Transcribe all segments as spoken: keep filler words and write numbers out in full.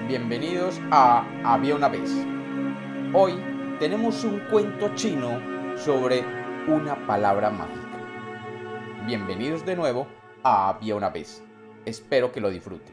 Bienvenidos a Había una vez. Hoy tenemos un cuento chino sobre una palabra mágica. Bienvenidos de nuevo a Había una vez. Espero que lo disfruten.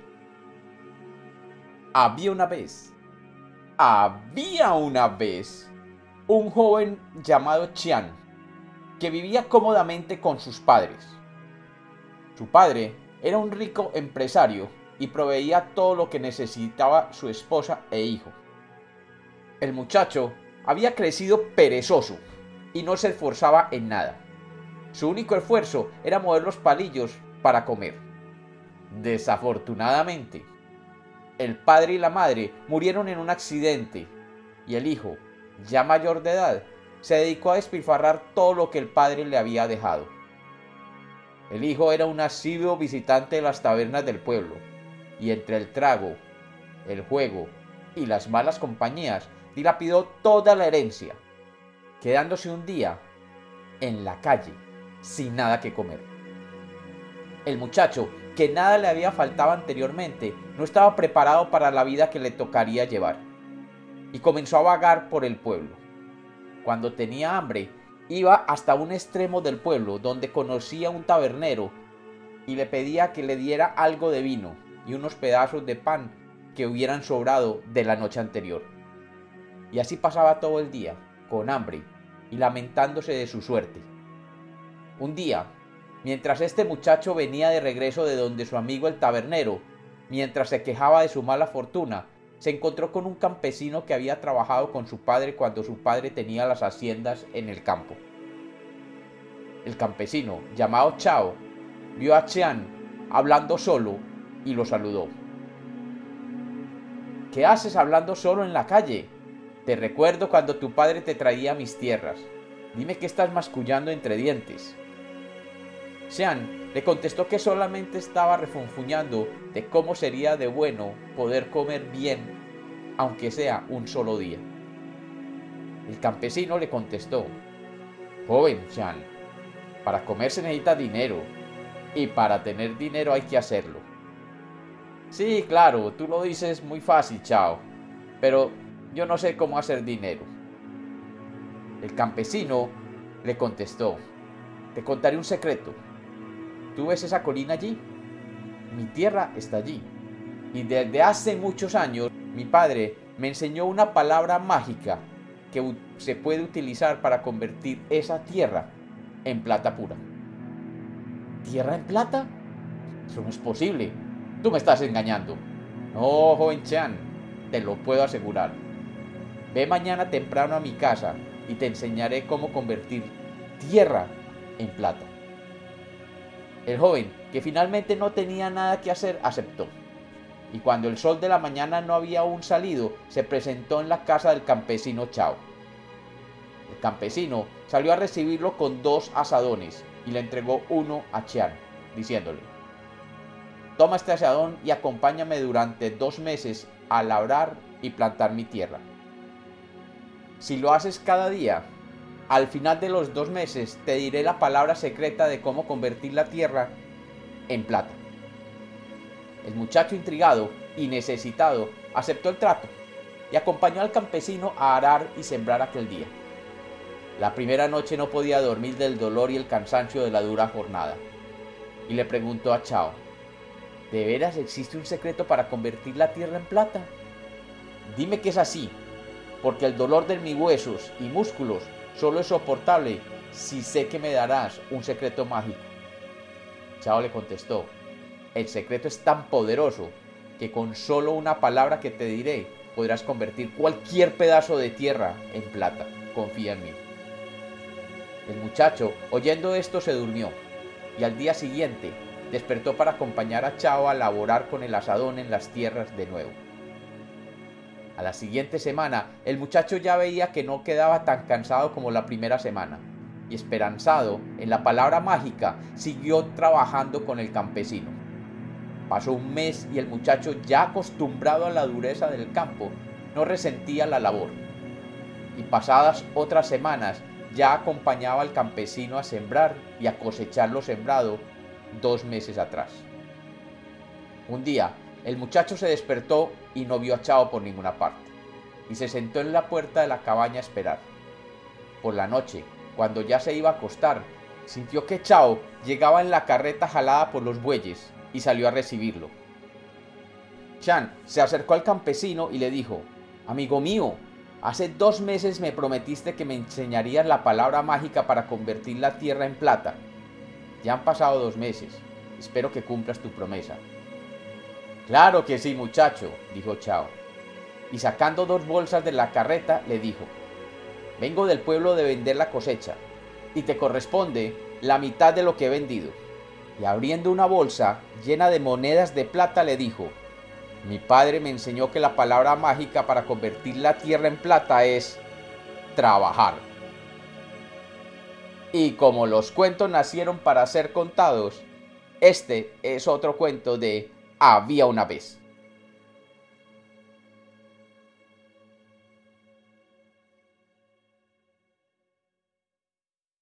Había una vez. Había una vez un joven llamado Qian que vivía cómodamente con sus padres. Su padre era un rico empresario y proveía todo lo que necesitaba su esposa e hijo. El muchacho había crecido perezoso y no se esforzaba en nada. Su único esfuerzo era mover los palillos para comer. Desafortunadamente, el padre y la madre murieron en un accidente y el hijo, ya mayor de edad, se dedicó a despilfarrar todo lo que el padre le había dejado. El hijo era un asiduo visitante de las tabernas del pueblo, y entre el trago, el juego y las malas compañías dilapidó toda la herencia, quedándose un día en la calle sin nada que comer. El muchacho, que nada le había faltado anteriormente, no estaba preparado para la vida que le tocaría llevar, y comenzó a vagar por el pueblo. Cuando tenía hambre, iba hasta un extremo del pueblo donde conocía a un tabernero y le pedía que le diera algo de vino y unos pedazos de pan que hubieran sobrado de la noche anterior. Y así pasaba todo el día, con hambre y lamentándose de su suerte. Un día, mientras este muchacho venía de regreso de donde su amigo el tabernero, mientras se quejaba de su mala fortuna, se encontró con un campesino que había trabajado con su padre cuando su padre tenía las haciendas en el campo. El campesino, llamado Chao, vio a Qian hablando solo y lo saludó. ¿Qué haces hablando solo en la calle? Te recuerdo cuando tu padre te traía mis tierras. Dime qué estás mascullando entre dientes. Qian le contestó que solamente estaba refunfuñando de cómo sería de bueno poder comer bien, aunque sea un solo día. El campesino le contestó: Joven Qian, para comer se necesita dinero, y para tener dinero hay que hacerlo. Sí, claro, tú lo dices muy fácil, Chao, pero yo no sé cómo hacer dinero. El campesino le contestó: Te contaré un secreto. ¿Tú ves esa colina allí? Mi tierra está allí. Y desde hace muchos años, mi padre me enseñó una palabra mágica que se puede utilizar para convertir esa tierra en plata pura. ¿Tierra en plata? Eso no es posible. Tú me estás engañando. No, joven Qian, te lo puedo asegurar. Ve mañana temprano a mi casa y te enseñaré cómo convertir tierra en plata. El joven, que finalmente no tenía nada que hacer, aceptó. Y cuando el sol de la mañana no había aún salido, se presentó en la casa del campesino Chao. El campesino salió a recibirlo con dos azadones y le entregó uno a Qian, diciéndole: Toma este asadón y acompáñame durante dos meses a labrar y plantar mi tierra. Si lo haces cada día, al final de los dos meses te diré la palabra secreta de cómo convertir la tierra en plata. El muchacho, intrigado y necesitado, aceptó el trato y acompañó al campesino a arar y sembrar aquel día. La primera noche no podía dormir del dolor y el cansancio de la dura jornada, y le preguntó a Chao: ¿De veras existe un secreto para convertir la tierra en plata? Dime que es así, porque el dolor de mis huesos y músculos solo es soportable si sé que me darás un secreto mágico. Chao le contestó: El secreto es tan poderoso que con solo una palabra que te diré podrás convertir cualquier pedazo de tierra en plata. Confía en mí. El muchacho, oyendo esto, se durmió y al día siguiente despertó para acompañar a Chao a laborar con el asadón en las tierras de nuevo. A la siguiente semana, el muchacho ya veía que no quedaba tan cansado como la primera semana, y esperanzado en la palabra mágica, siguió trabajando con el campesino. Pasó un mes y el muchacho, ya acostumbrado a la dureza del campo, no resentía la labor. Y pasadas otras semanas, ya acompañaba al campesino a sembrar y a cosechar lo sembrado dos meses atrás. Un día, El muchacho se despertó y no vio a Chao por ninguna parte, y se sentó en la puerta de la cabaña a esperar. Por la noche, cuando ya se iba a acostar, sintió que Chao llegaba en la carreta jalada por los bueyes y salió a recibirlo. Chan se acercó al campesino y le dijo: «Amigo mío, hace dos meses me prometiste que me enseñarías la palabra mágica para convertir la tierra en plata. Ya han pasado dos meses, espero que cumplas tu promesa». «Claro que sí, muchacho», dijo Chao, y sacando dos bolsas de la carreta le dijo: «Vengo del pueblo de vender la cosecha, y te corresponde la mitad de lo que he vendido». Y abriendo una bolsa llena de monedas de plata le dijo: «Mi padre me enseñó que la palabra mágica para convertir la tierra en plata es trabajar». Y como los cuentos nacieron para ser contados, este es otro cuento de Había una vez.